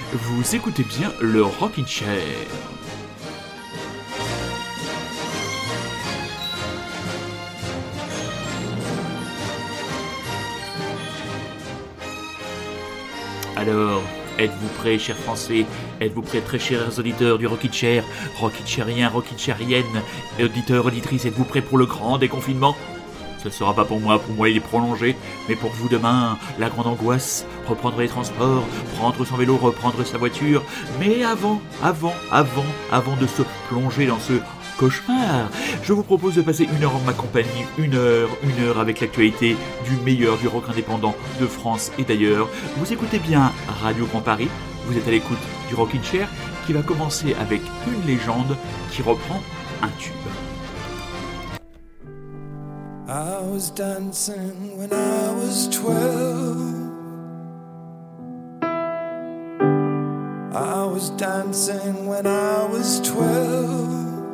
Vous écoutez bien le Rockin' Chair. Alors, êtes-vous prêts, chers Français? Êtes-vous prêts, très chers auditeurs du Rockin' Chair, Rockin' Chairiens, Rockin' Chairiennes, auditeurs, auditrices, êtes-vous prêts pour le grand déconfinement? Ce ne sera pas pour moi il est prolongé, mais pour vous demain, la grande angoisse, reprendre les transports, prendre son vélo, reprendre sa voiture. Mais avant de se plonger dans ce cauchemar, je vous propose de passer une heure en ma compagnie, une heure avec l'actualité du meilleur du rock indépendant de France et d'ailleurs. Vous écoutez bien Radio Grand Paris, vous êtes à l'écoute du Rockin' Chair qui va commencer avec une légende qui reprend un tube. I was dancing when I was 12. I was dancing when I was 12.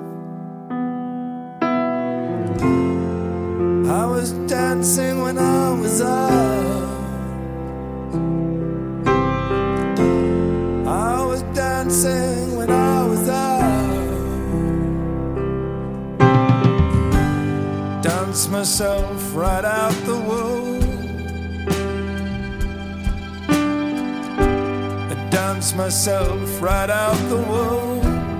I was dancing when I was out. I was dancing when I was out. Dance myself right out the womb. I dance myself right out the womb.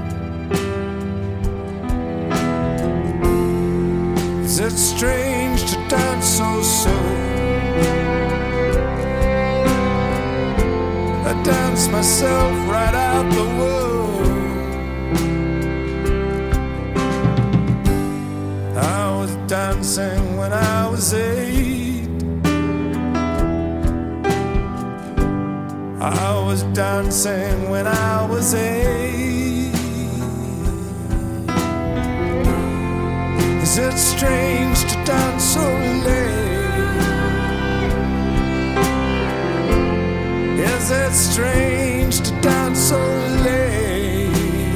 Is it strange to dance so soon? I dance myself right out the womb. I was dancing when I was 8. I was dancing when I was 8. Is it strange to dance so late? Is it strange to dance so late?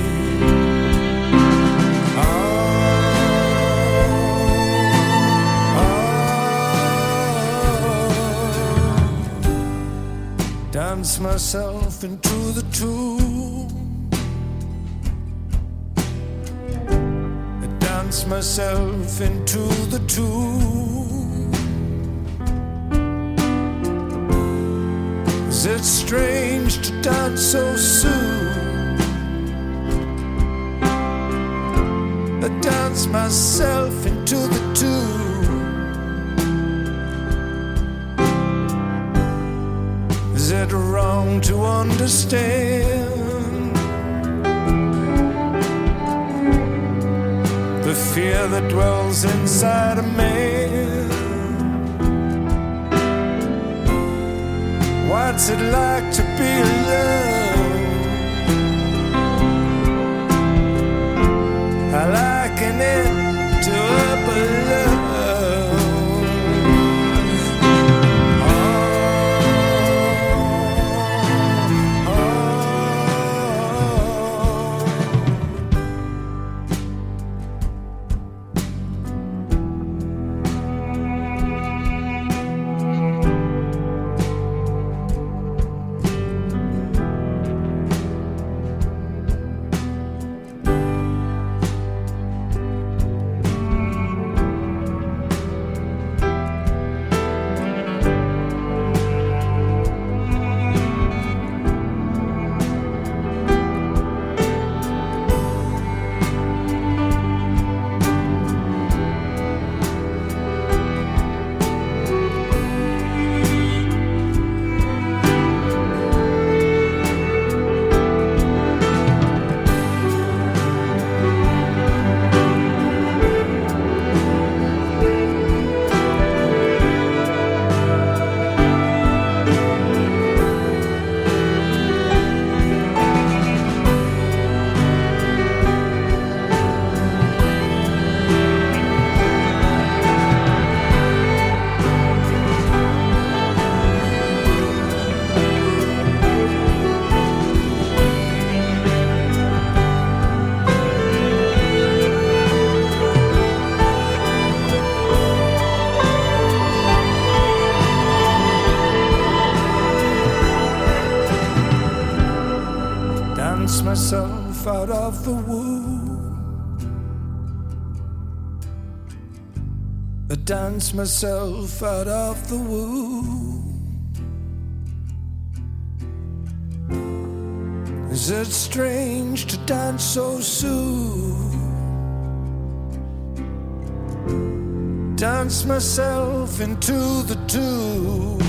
Dance myself into the tomb. I dance myself into the tomb. Is it strange to dance so soon? I dance myself into the tomb. Is it wrong to understand the fear that dwells inside a man? What's it like to be alone? I liken it to a balloon. out of the womb. I dance myself out of the womb. Is it strange to dance so soon? Dance myself into the tomb.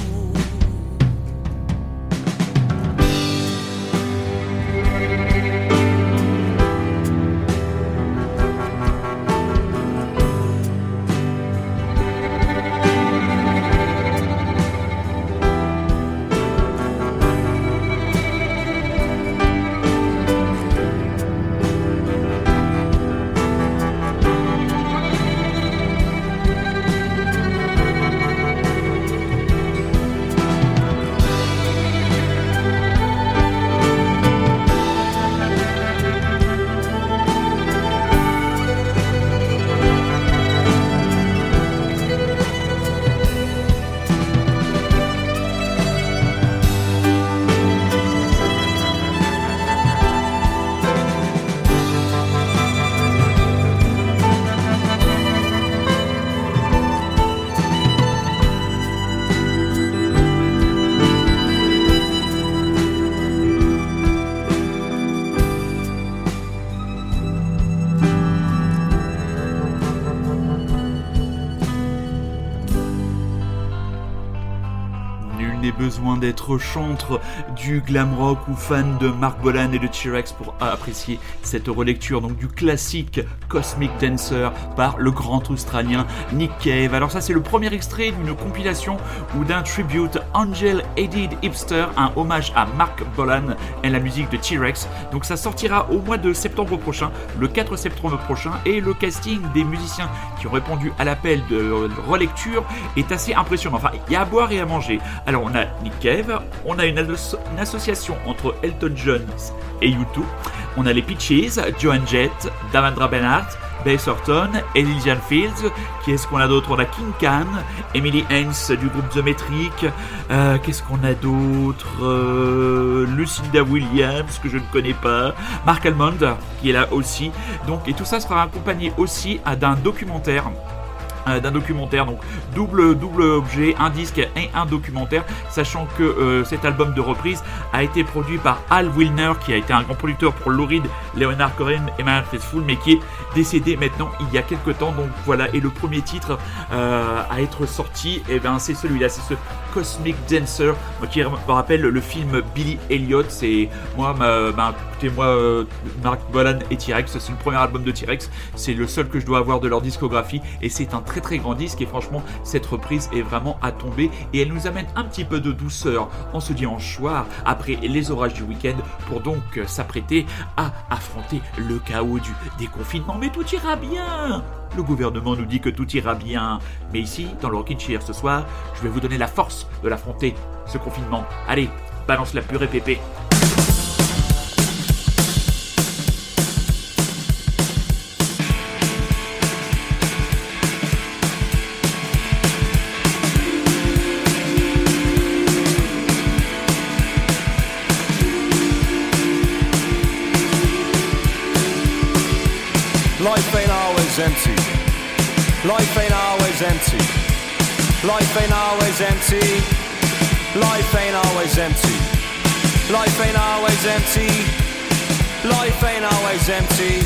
Besoin d'être chantre du glam rock ou fan de Marc Bolan et de T-Rex pour apprécier cette relecture donc du classique Cosmic Dancer par le grand australien Nick Cave. Alors ça c'est le premier extrait d'une compilation ou d'un tribute Angel Aided Hipster, un hommage à Marc Bolan et la musique de T-Rex. Donc ça sortira au mois de septembre prochain, le 4 septembre prochain, et le casting des musiciens qui ont répondu à l'appel de relecture est assez impressionnant. Enfin, il y a à boire et à manger. Alors on a Nick Cave, on a une association entre Elton John et U2, on a les Peaches, Joan Jett, Davandra Bernhardt, Bess Orton, Elysian Fields. Qui est-ce qu'on a d'autre? On a King Khan, Emily Haynes du groupe The Metric. Qu'est-ce qu'on a d'autre? Lucinda Williams, que je ne connais pas. Mark Almond, qui est là aussi. Donc, et tout ça sera accompagné aussi d'un documentaire. Donc double objet, un disque et un documentaire, sachant que cet album de reprise a été produit par Al Wilner, qui a été un grand producteur pour Lou Reed, Leonard Cohen et Marianne Faithfull, mais qui est décédé maintenant il y a quelques temps. Donc voilà, et le premier titre à être sorti, et ben c'est celui-là, c'est ce Cosmic Dancer, qui me rappelle le film Billy Elliot. C'est moi, Marc Bolan et T-Rex, c'est le premier album de T-Rex, c'est le seul que je dois avoir de leur discographie, et c'est un très très grand disque, et franchement cette reprise est vraiment à tomber, et elle nous amène un petit peu de douceur en ce dimanche soir après les orages du week-end, pour donc s'apprêter à affronter le chaos du déconfinement. Mais tout ira bien, le gouvernement nous dit que tout ira bien, mais ici dans le Rockin' Chair ce soir, je vais vous donner la force de l'affronter, ce confinement. Allez, balance la purée pépé. Life ain't always empty. Life ain't always empty. Life ain't always empty. Life ain't always empty. Life ain't always empty. Life ain't always empty.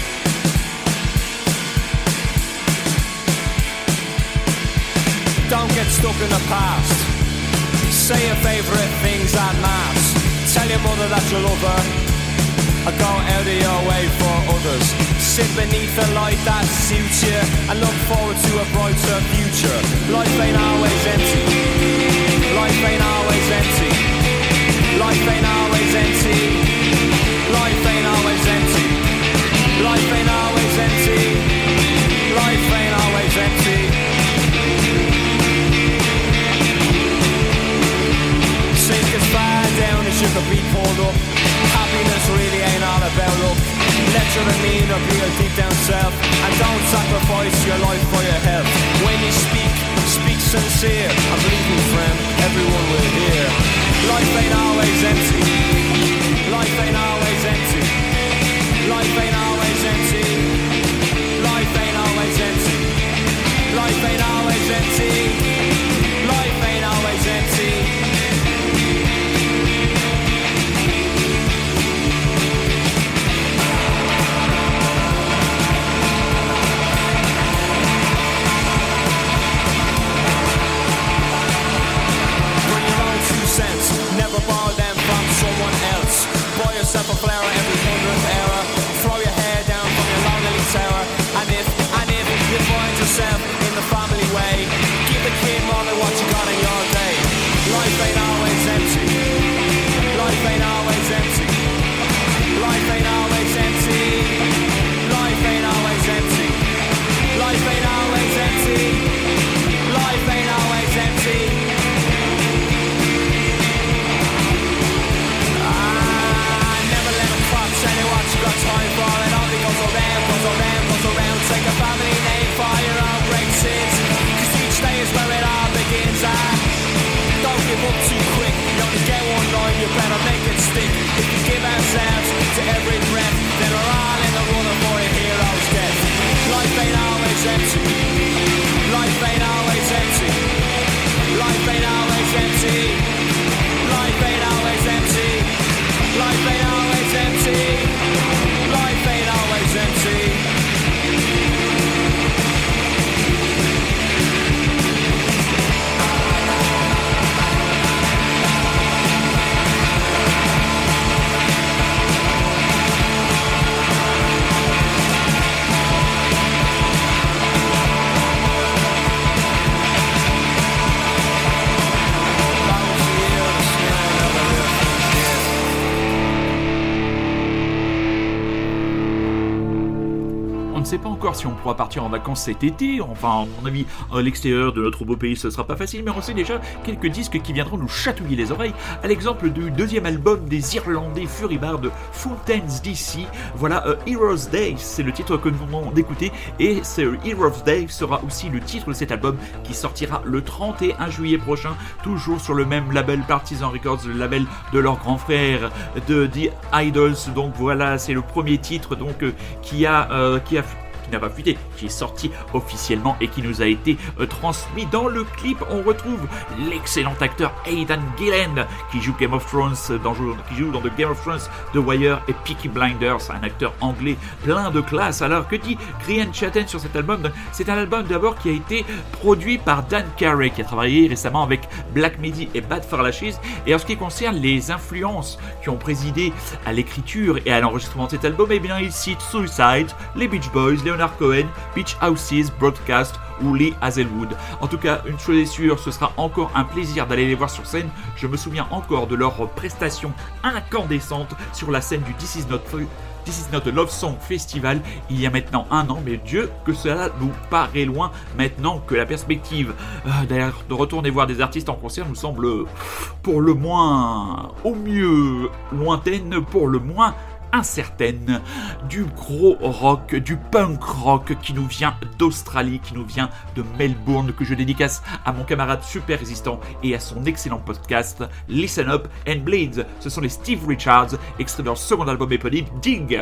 Don't get stuck in the past. Say your favourite things en masse. Tell your mother that you love her. Or go out of your way for others. Sit beneath a light that suits you and look forward to a brighter future. Life ain't always empty. Life ain't always empty. Life ain't always empty. Life ain't always empty. Life ain't always empty. Life ain't always empty. Sink as far down as you can be pulled up. Happiness really ain't all about luck. Let your demeanor be your deep down self, and don't sacrifice your life for your health. When you speak, speak sincere, and believe me friend, everyone will hear. Life ain't always empty. Life ain't always empty. Life sait pas encore si on pourra partir en vacances cet été. Enfin, à mon avis, à l'extérieur de notre beau pays, ce sera pas facile, mais on sait déjà quelques disques qui viendront nous chatouiller les oreilles. À l'exemple du deuxième album des Irlandais Furibard de Fountains DC. Voilà, Heroes Day, c'est le titre que nous venons d'écouter, et ce Heroes Day sera aussi le titre de cet album qui sortira le 31 juillet prochain, toujours sur le même label Partisan Records, le label de leur grand frère de The Idols. Donc voilà, c'est le premier titre donc qui n'a pas fuité, qui est sorti officiellement et qui nous a été transmis. Dans le clip, on retrouve l'excellent acteur Aidan Gillen qui joue Game of Thrones, qui joue dans The Game of Thrones, The Wire et Peaky Blinders, un acteur anglais plein de classe. Alors que dit Grian Chatten sur cet album? C'est un album d'abord qui a été produit par Dan Carey, qui a travaillé récemment avec Black Midi et Bad for Lashes. Et en ce qui concerne les influences qui ont présidé à l'écriture et à l'enregistrement de cet album, eh bien il cite Suicide, les Beach Boys, Leonard Cohen, Beach Houses, Broadcast ou Lee Hazelwood. En tout cas, une chose est sûre, ce sera encore un plaisir d'aller les voir sur scène. Je me souviens encore de leur prestation incandescente sur la scène du This Is Not a Love Song Festival il y a maintenant un an, mais Dieu que cela nous paraît loin maintenant que la perspective d'ailleurs de retourner voir des artistes en concert nous semble pour le moins au mieux lointaine, pour le moins incertaine. Du gros rock, du punk rock qui nous vient d'Australie, qui nous vient de Melbourne, que je dédicace à mon camarade super résistant et à son excellent podcast Listen Up and Bleed. Ce sont les Steve Richards, extraits de leur second album éponyme Dig.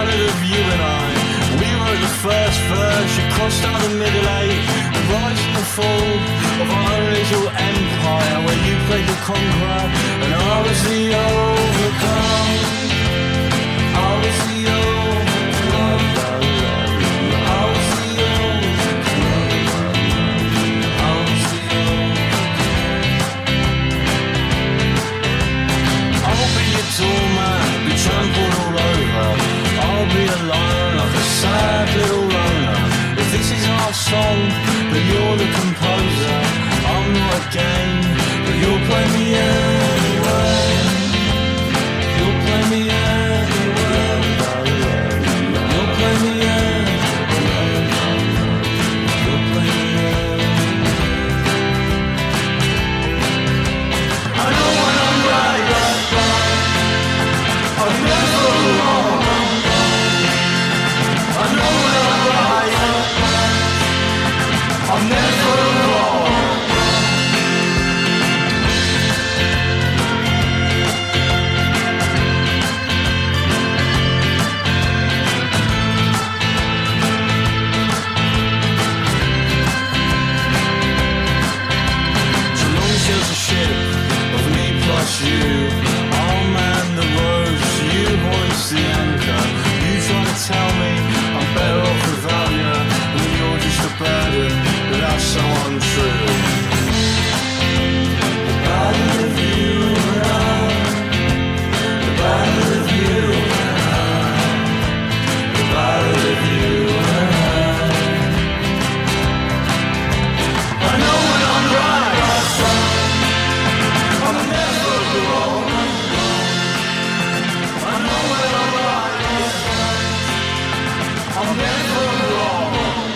ballad of you and I. We were the first verse, you crossed out the middle eight. The rise and the fall of our own little empire, where you played the conqueror and I was the overcome. I was the overcome. I was the overcome. I was the overcome. I'll be a doormat, be trampled all over. I'll be alone like a sad little loner. If this is our song, then you're the composer. I'm not a game, but you'll play me anyway. You'll play me anyway. You'll play me anyway. You'll play me anyway. I know when I'm right, I'm never wrong. I know when I'm right, I'm never wrong. So long as there's a ship of me plus you, I'll man the ropes, you hoist the anchor. You try to tell me I'm better off without you, when you're just a burden, but that's so untrue. The battle of you and I, the battle of you and I, the battle of you and I. I know when I'm right, I'm never wrong. I know when I'm right, I'm never wrong.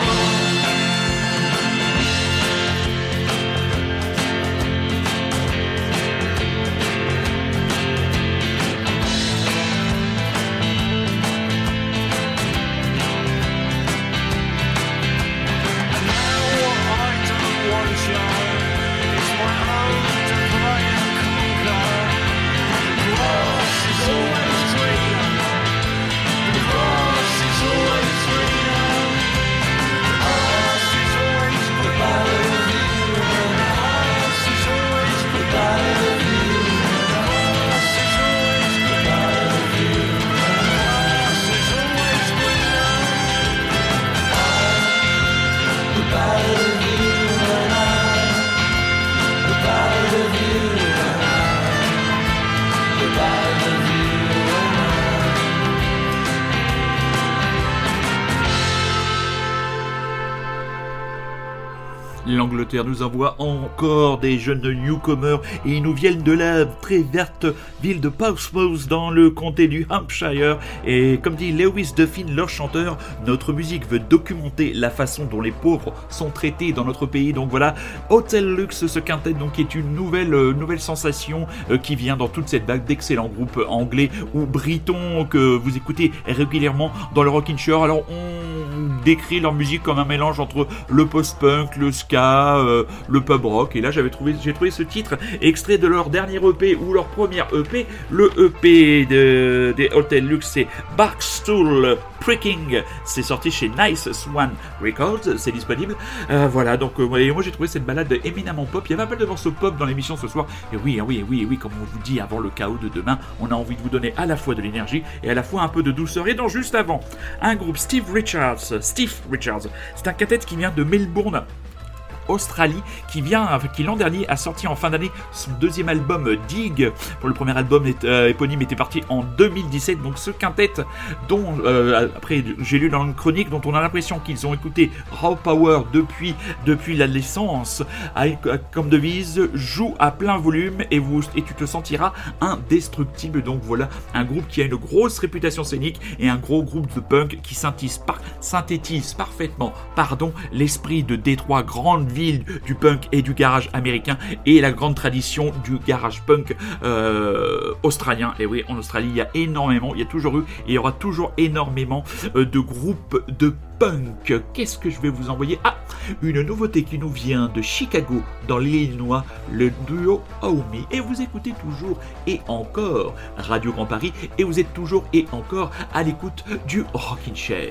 And now I don't want you. It's my own to play and conquer. The grass is always greener. The grass is always greener. The grass is always the battle of you. The grass is always the battle of you. The grass is always the battle of you. The grass is always greener. The battle of you and I. The battle of you and I. The battle of you and I. L'Angleterre nous envoie encore des jeunes newcomers et ils nous viennent de la très verte ville de Portsmouth dans le comté du Hampshire. Et comme dit Lewis Duffin, leur chanteur, notre musique veut documenter la façon dont les pauvres sont traités dans notre pays. Donc voilà, Hotel Lux, ce quintet donc est une nouvelle sensation qui vient dans toute cette vague d'excellents groupes anglais ou britons que vous écoutez régulièrement dans le Rockin' Chair. Alors on décrit leur musique comme un mélange entre le post-punk, le ska, le pub rock. Et là j'ai trouvé ce titre extrait de leur dernier EP ou leur première EP. Le EP des Hotel Lux, c'est Barstool Pricking. C'est sorti chez Nice Swan Records, c'est disponible. Voilà, donc et moi j'ai trouvé cette balade éminemment pop. Il y avait pas mal de morceaux pop dans l'émission ce soir. Et oui, comme on vous dit avant le chaos de demain, on a envie de vous donner à la fois de l'énergie et à la fois un peu de douceur. Et donc juste avant, un groupe Steve Richards. C'est un quintet qui vient de Melbourne, Australie, qui l'an dernier a sorti en fin d'année son deuxième album Dig. Pour le premier album éponyme était parti en 2017. Donc ce quintet dont après j'ai lu dans une chronique dont on a l'impression qu'ils ont écouté Raw Power depuis la naissance, comme devise joue à plein volume et tu te sentiras indestructible. Donc voilà un groupe qui a une grosse réputation scénique et un gros groupe de punk qui synthétise parfaitement l'esprit de Détroit, grande civile du punk et du garage américain et la grande tradition du garage punk australien. Et oui, en Australie, il y a toujours eu et il y aura toujours énormément de groupes de punk. Qu'est-ce que je vais vous envoyer? Une nouveauté qui nous vient de Chicago, dans l'Illinois, le duo Aomi. Et vous écoutez toujours et encore Radio Grand Paris, et vous êtes toujours et encore à l'écoute du Rockin' Chair.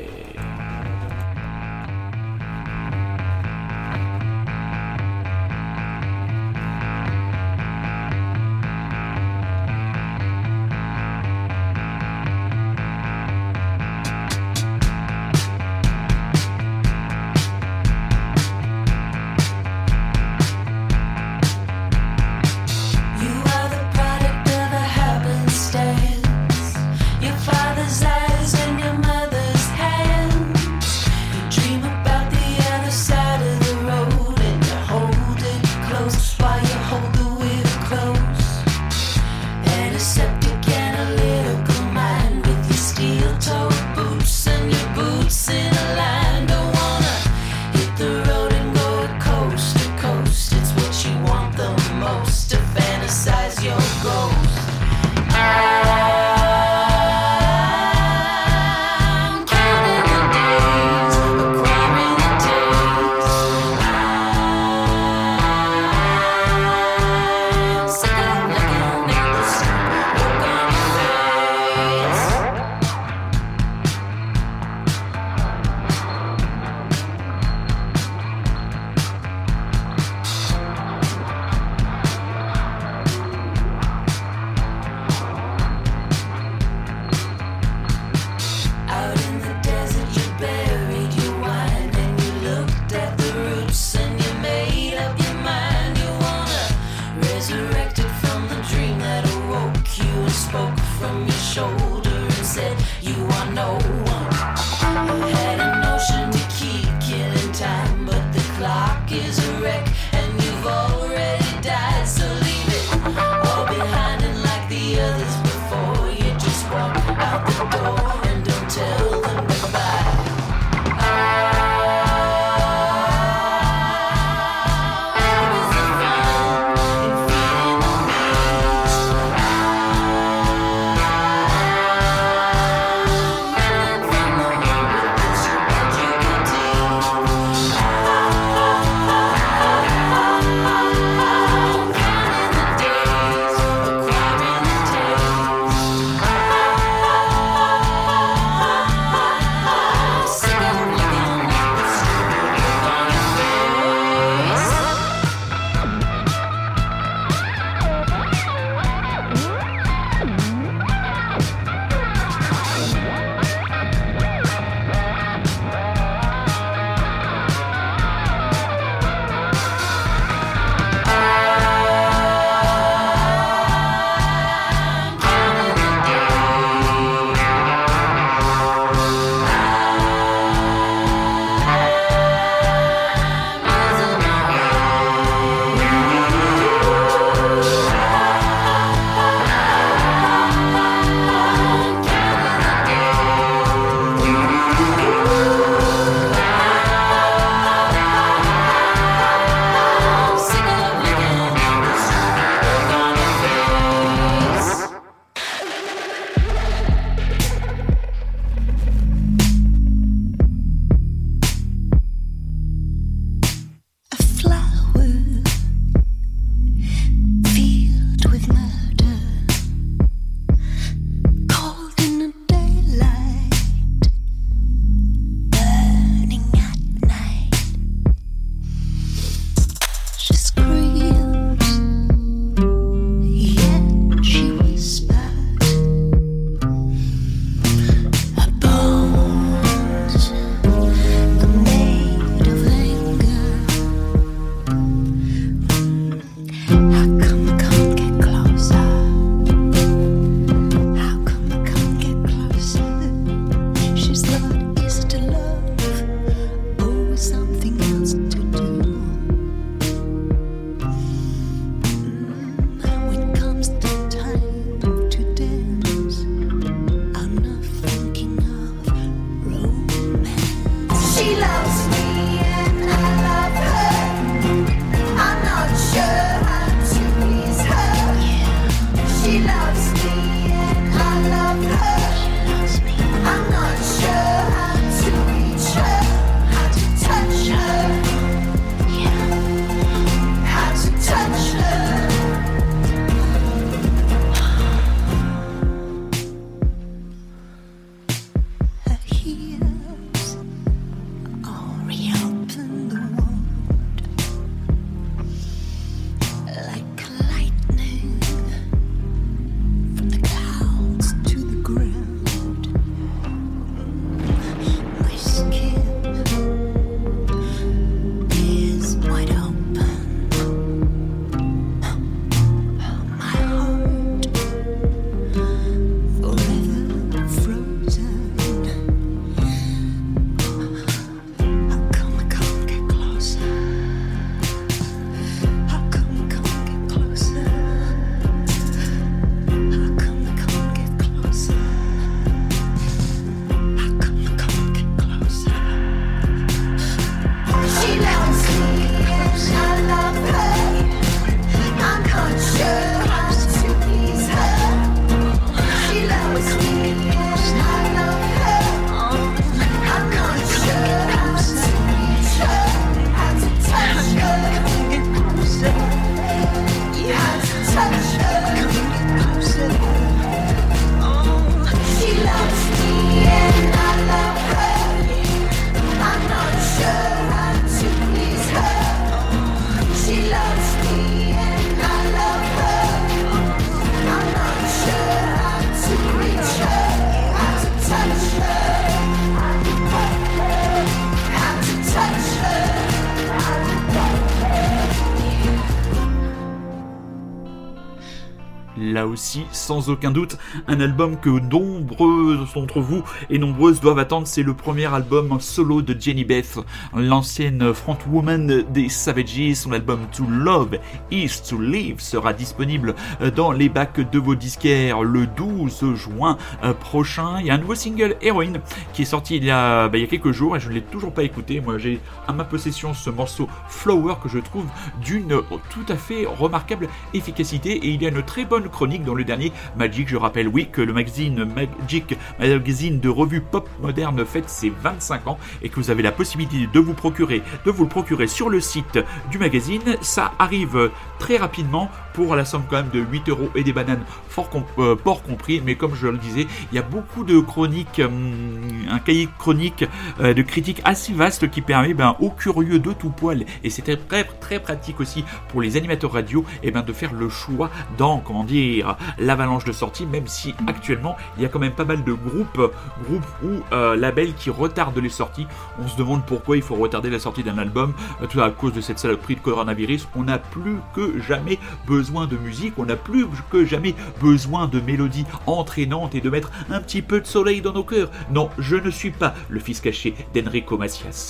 là aussi, sans aucun doute, un album que nombreux d'entre vous et nombreuses doivent attendre. C'est le premier album en solo de Jenny Beth, l'ancienne frontwoman des Savages. Son album To Love Is To Live sera disponible dans les bacs de vos disquaires le 12 juin prochain. Il y a un nouveau single, Heroin, qui est sorti il y a quelques jours et je ne l'ai toujours pas écouté. Moi, j'ai à ma possession ce morceau Flower que je trouve d'une tout à fait remarquable efficacité, et il y a une très bonne chronique dans le dernier Magic. Je rappelle, oui, que le magazine Magic, magazine de revue pop moderne, fête ses 25 ans et que vous avez la possibilité de vous le procurer sur le site du magazine. Ça arrive très rapidement pour la somme quand même de 8 € et des bananes, port compris, mais comme je le disais, il y a beaucoup de chroniques, un cahier de chroniques, de critiques assez vaste qui permet aux curieux de tout poil, et c'était très très pratique aussi pour les animateurs radio, de faire le choix dans l'avalanche de sorties, même si actuellement il y a quand même pas mal de groupes ou labels qui retardent les sorties. On se demande pourquoi il faut retarder la sortie d'un album, tout à cause de cette saloperie de coronavirus. On n'a plus que jamais besoin de musique, on n'a plus que jamais besoin de mélodies entraînantes et de mettre un petit peu de soleil dans nos cœurs. Non, je ne suis pas le fils caché d'Enrico Macias.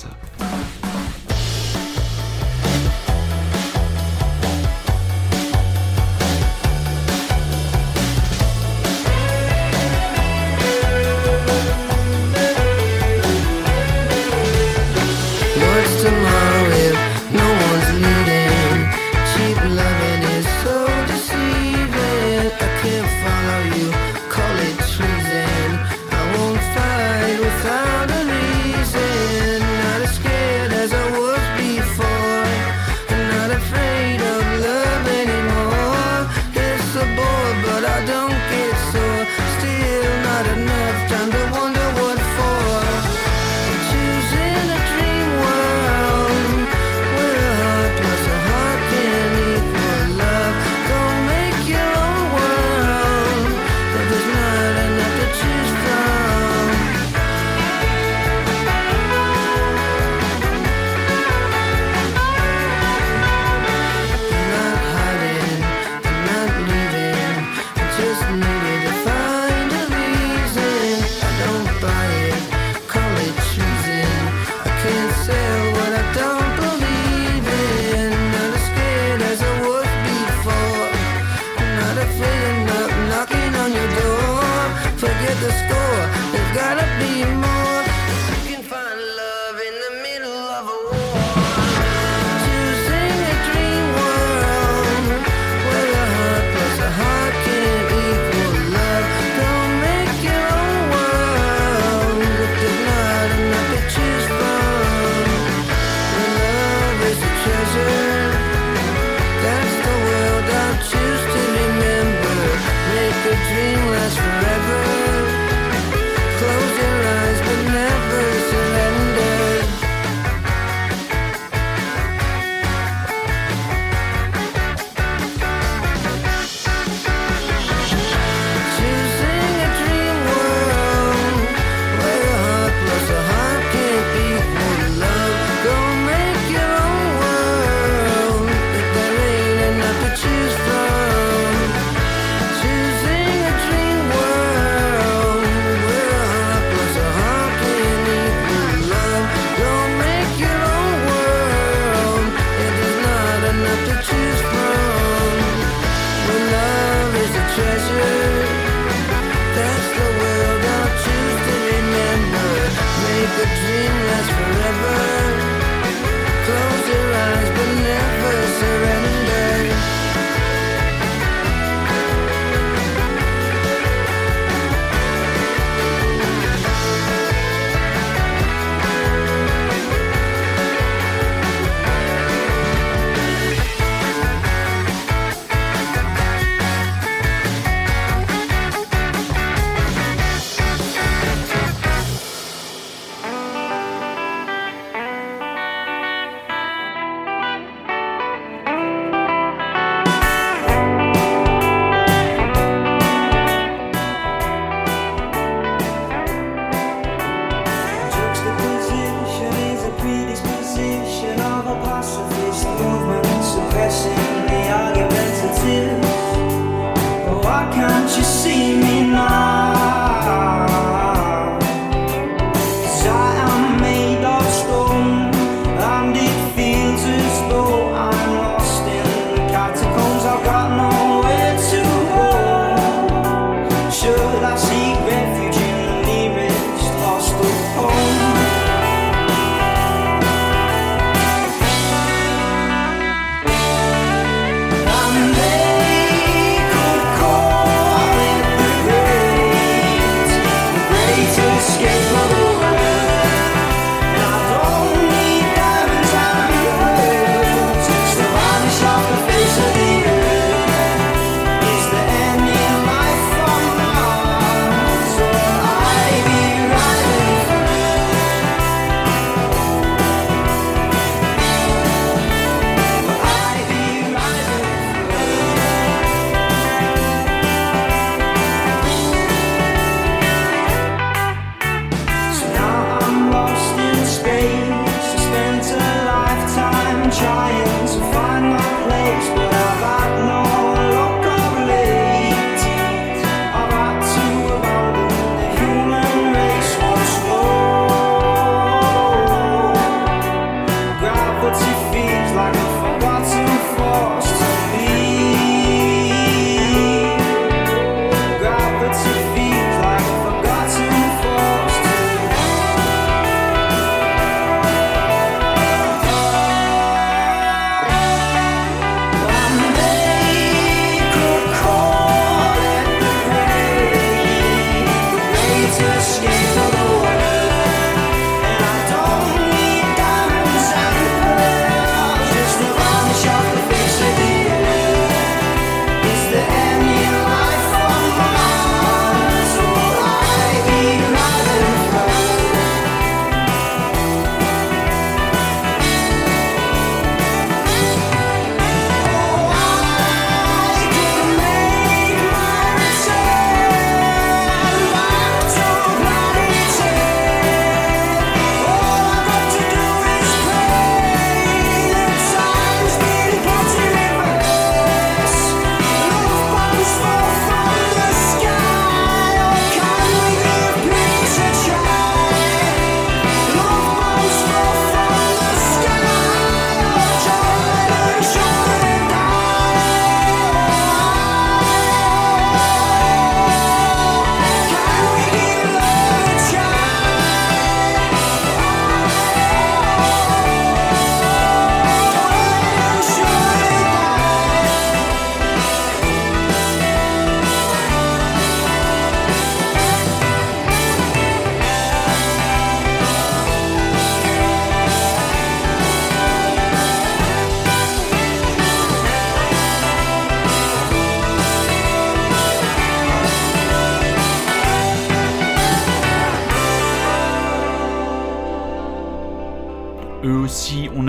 Without a reason, not scared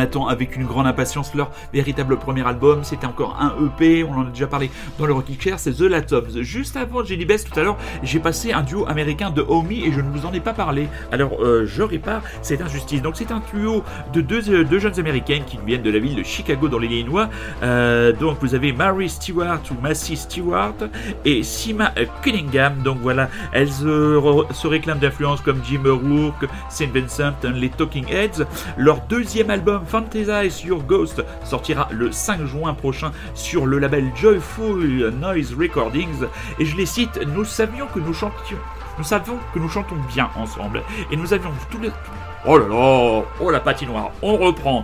attend avec une grande impatience leur véritable premier album. C'était encore un EP, on en a déjà parlé dans le Rockin' Chair, c'est The Latoms. Juste avant Jelly Best tout à l'heure, j'ai passé un duo américain de Homie et je ne vous en ai pas parlé. Alors je répare cette injustice. Donc c'est un duo de deux jeunes américaines qui viennent de la ville de Chicago dans l'Illinois. Donc vous avez Mary Stewart ou Massey Stewart et Sima Cunningham. Donc voilà, elles se réclament d'influences comme Jim O'Rourke, St. Vincent, les Talking Heads. Leur deuxième album Fantasize Your Ghost sortira le 5 juin prochain sur le label Joyful Noise Recordings. Et je les cite, nous savions que nous chantons bien ensemble. Et nous avions tous les... Oh là là, oh la patinoire, on reprend.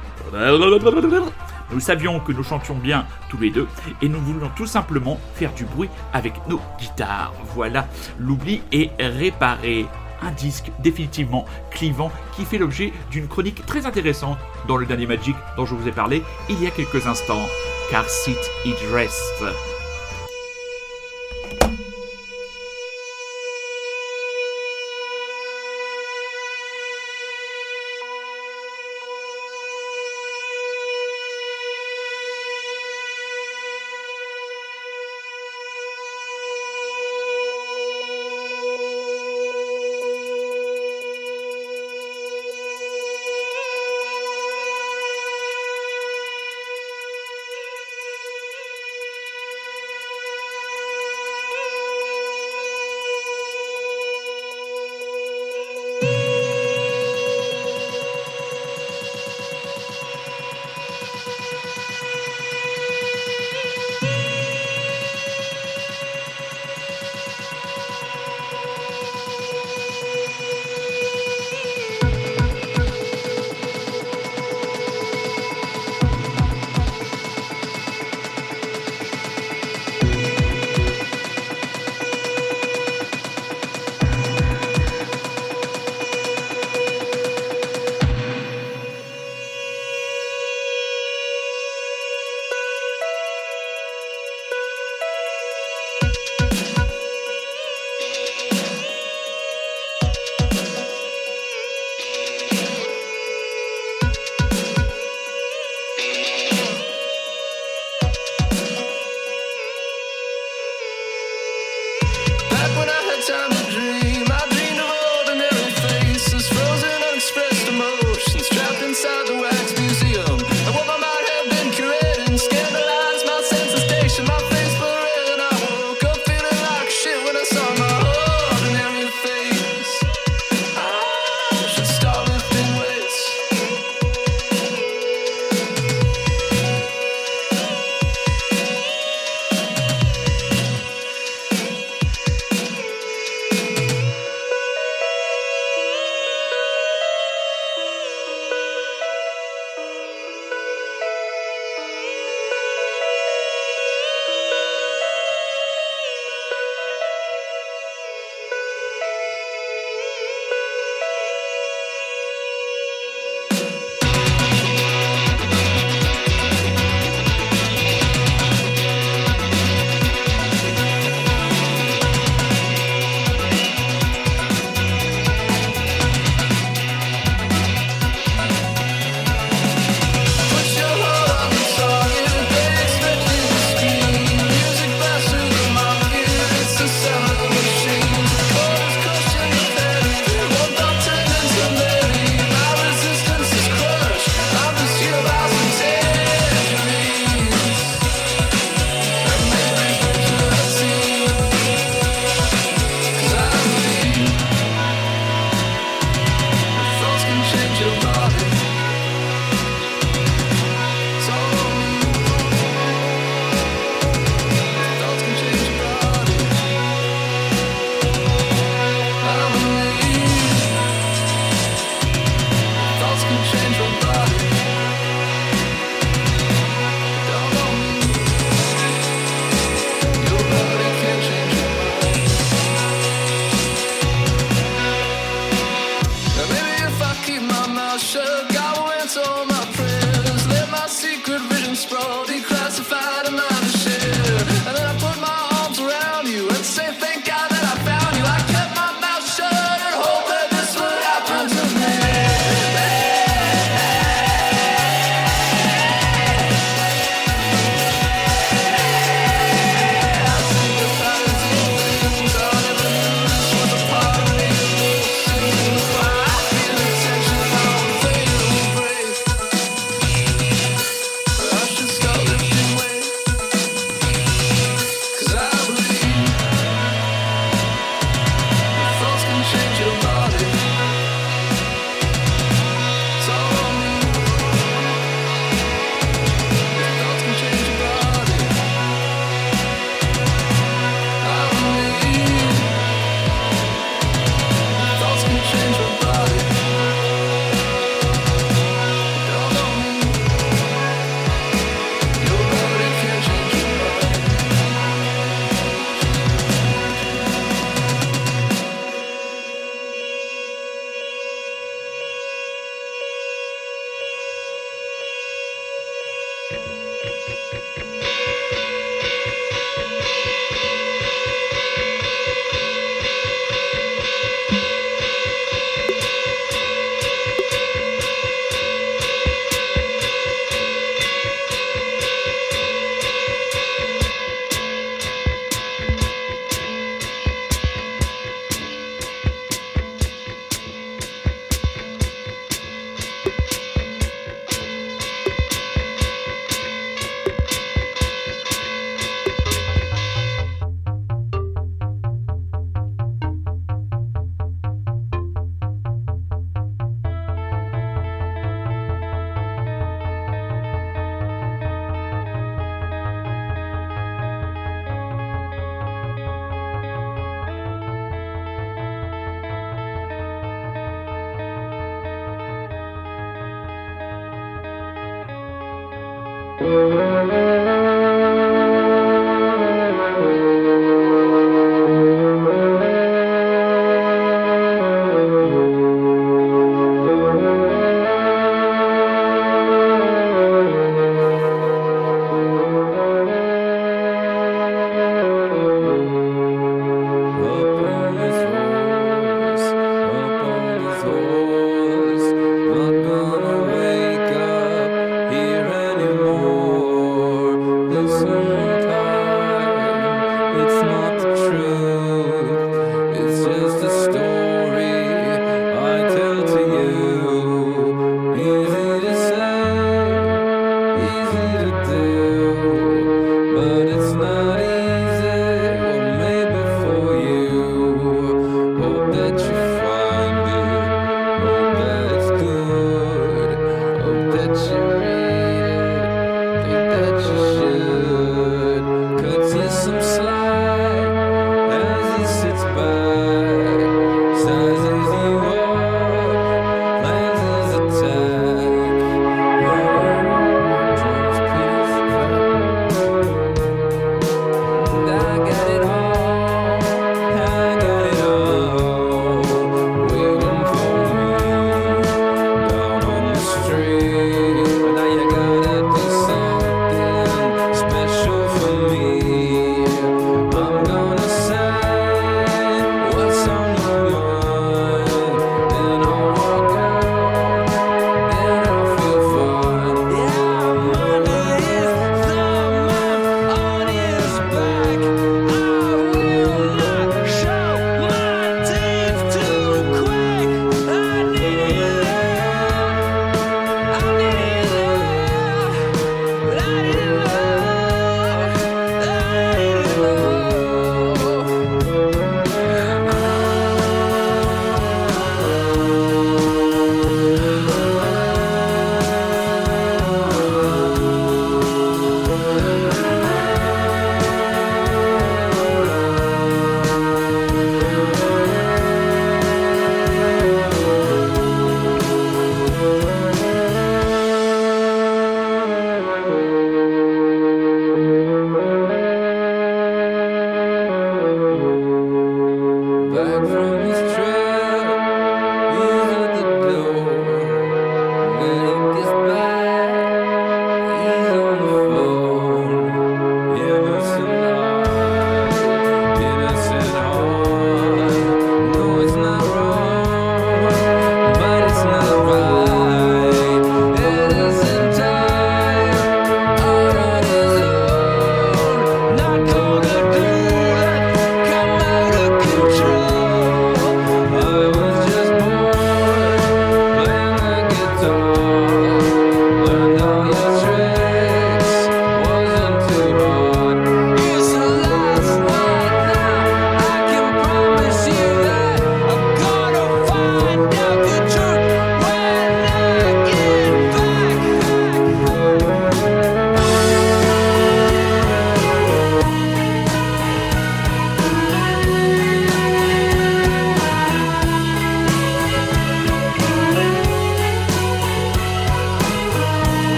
Nous savions que nous chantions bien tous les deux et nous voulions tout simplement faire du bruit avec nos guitares. Voilà, l'oubli est réparé. Un disque définitivement clivant qui fait l'objet d'une chronique très intéressante dans le dernier Magic dont je vous ai parlé il y a quelques instants. Car Sit It Rest.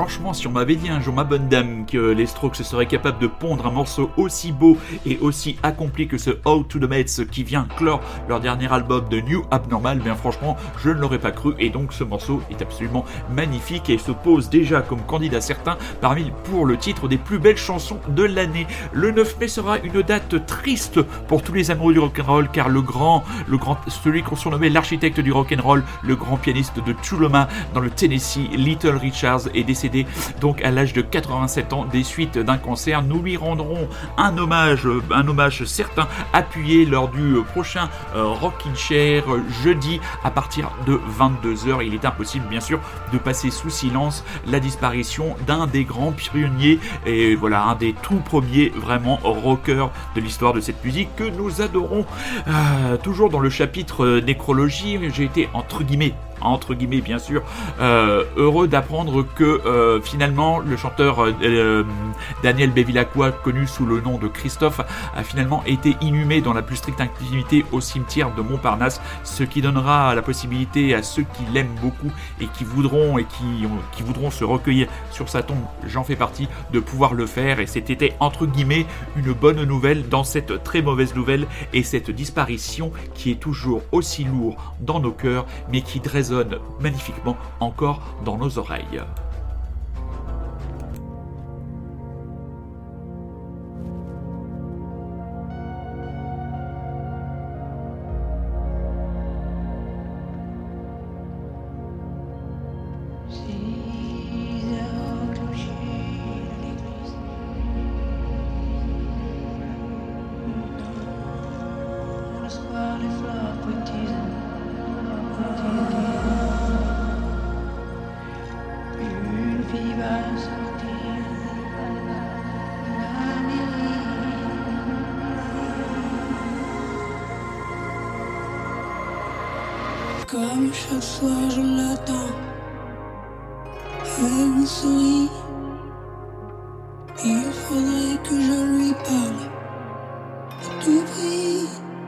Franchement, si on m'avait dit un jour, ma bonne dame, que les Strokes seraient capables de pondre un morceau aussi beau et aussi accompli que ce Out to the Mets qui vient clore leur dernier album de New Abnormal, bien franchement, je ne l'aurais pas cru. Et donc ce morceau est absolument magnifique et se pose déjà comme candidat certain pour le titre des plus belles chansons de l'année. Le 9 mai sera une date triste pour tous les amoureux du rock'n'roll, car celui qu'on surnommait l'architecte du rock'n'roll, le grand pianiste de Tuloma dans le Tennessee, Little Richards, est décédé donc à l'âge de 87 ans des suites d'un cancer. Nous lui rendrons un hommage certain, appuyé lors du prochain Rockin' Chair jeudi à partir de 22h. Il est impossible bien sûr de passer sous silence la disparition d'un des grands pionniers et voilà, un des tout premiers vraiment rockers de l'histoire de cette musique que nous adorons. Toujours dans le chapitre nécrologie, j'ai été entre guillemets bien sûr, heureux d'apprendre que finalement le chanteur Daniel Bevilacqua, connu sous le nom de Christophe, a finalement été inhumé dans la plus stricte intimité au cimetière de Montparnasse, ce qui donnera la possibilité à ceux qui l'aiment beaucoup et qui voudront se recueillir sur sa tombe, j'en fais partie, de pouvoir le faire. Et c'était entre guillemets une bonne nouvelle dans cette très mauvaise nouvelle et cette disparition qui est toujours aussi lourde dans nos cœurs mais qui résonne magnifiquement encore dans nos oreilles. Comme chaque soir je l'attends, elle me sourit. Il faudrait que je lui parle à tout prix.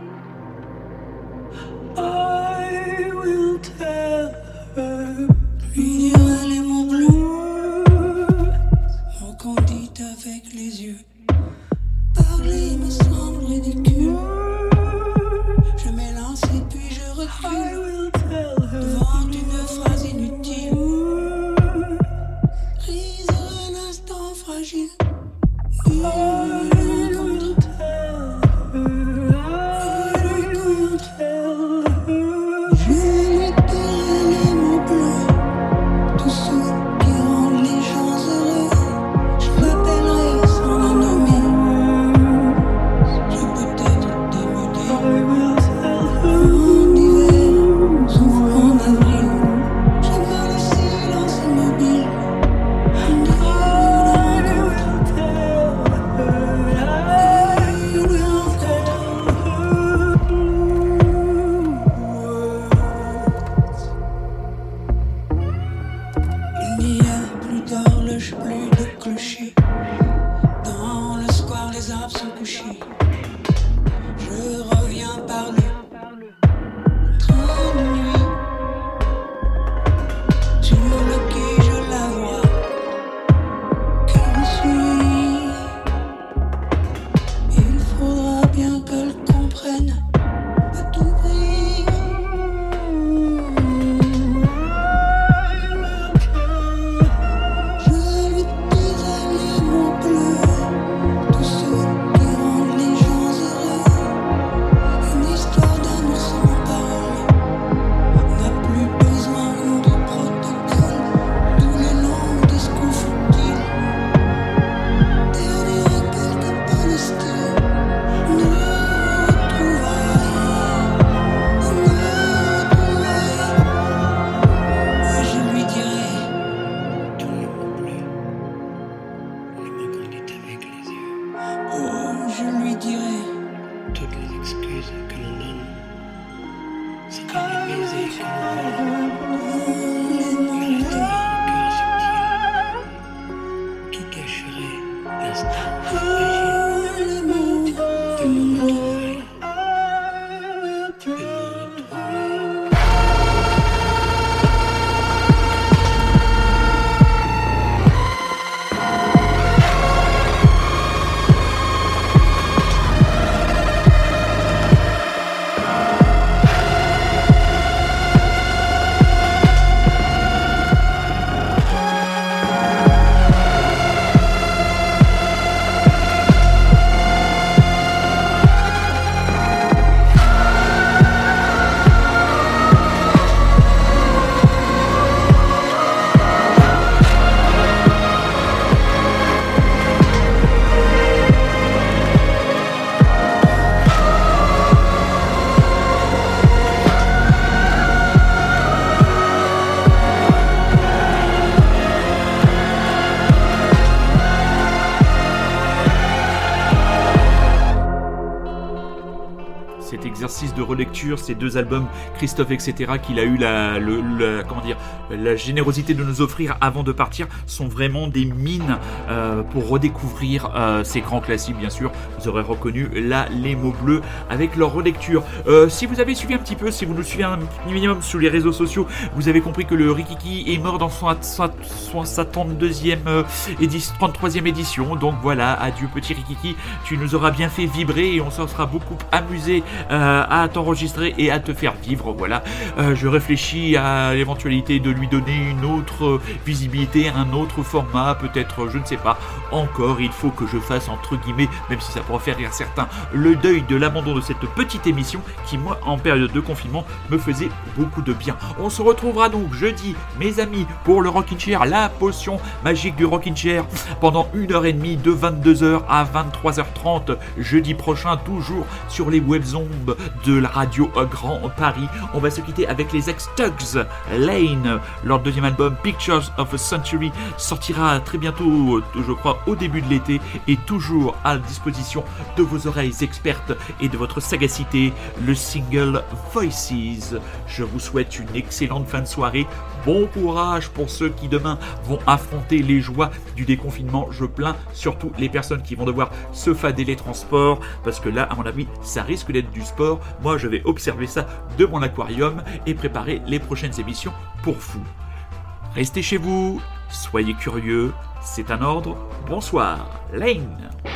I will tell her. Lui dire les mots bleus, mon candide avec les yeux. Parler me semble ridicule. Je m'élance et puis je recule. Devant une phrase inutile, prise un instant fragile. Je lui dirai les exercice de relecture, ces 2 albums, Christophe, etc., qu'il a eu la générosité de nous offrir avant de partir, sont vraiment des mines pour redécouvrir ces grands classiques, bien sûr. Vous aurez reconnu là les mots bleus avec leur relecture. Si vous avez suivi un petit peu, si vous nous suivez un minimum sur les réseaux sociaux, vous avez compris que le Rikiki est mort dans sa 33e édition. Donc voilà, adieu petit Rikiki, tu nous auras bien fait vibrer et on s'en sera beaucoup amusé à t'enregistrer et à te faire vivre. Voilà, je réfléchis à l'éventualité de lui donner une autre visibilité, un autre format, peut-être, je ne sais pas encore. Il faut que je fasse, entre guillemets, même si ça pourrait faire rire certains, le deuil de l'abandon de cette petite émission qui, moi, en période de confinement, me faisait beaucoup de bien. On se retrouvera donc jeudi, mes amis, pour le Rockin' Chair, la potion magique du Rockin' Chair, pendant 1h30 de 22h à 23h30 jeudi prochain, toujours sur les webzombes de la radio Grand Paris. On va se quitter avec les ex-Tugs Lane. Leur deuxième album Pictures of a Century sortira très bientôt, je crois au début de l'été, et toujours à disposition de vos oreilles expertes et de votre sagacité, le single Voices. Je vous souhaite une excellente fin de soirée. Bon courage pour ceux qui demain vont affronter les joies du déconfinement. Je plains surtout les personnes qui vont devoir se fader les transports, parce que là, à mon avis, ça risque d'être du sport. Moi, je vais observer ça de mon aquarium et préparer les prochaines émissions pour vous. Restez chez vous, soyez curieux, c'est un ordre. Bonsoir, Lane.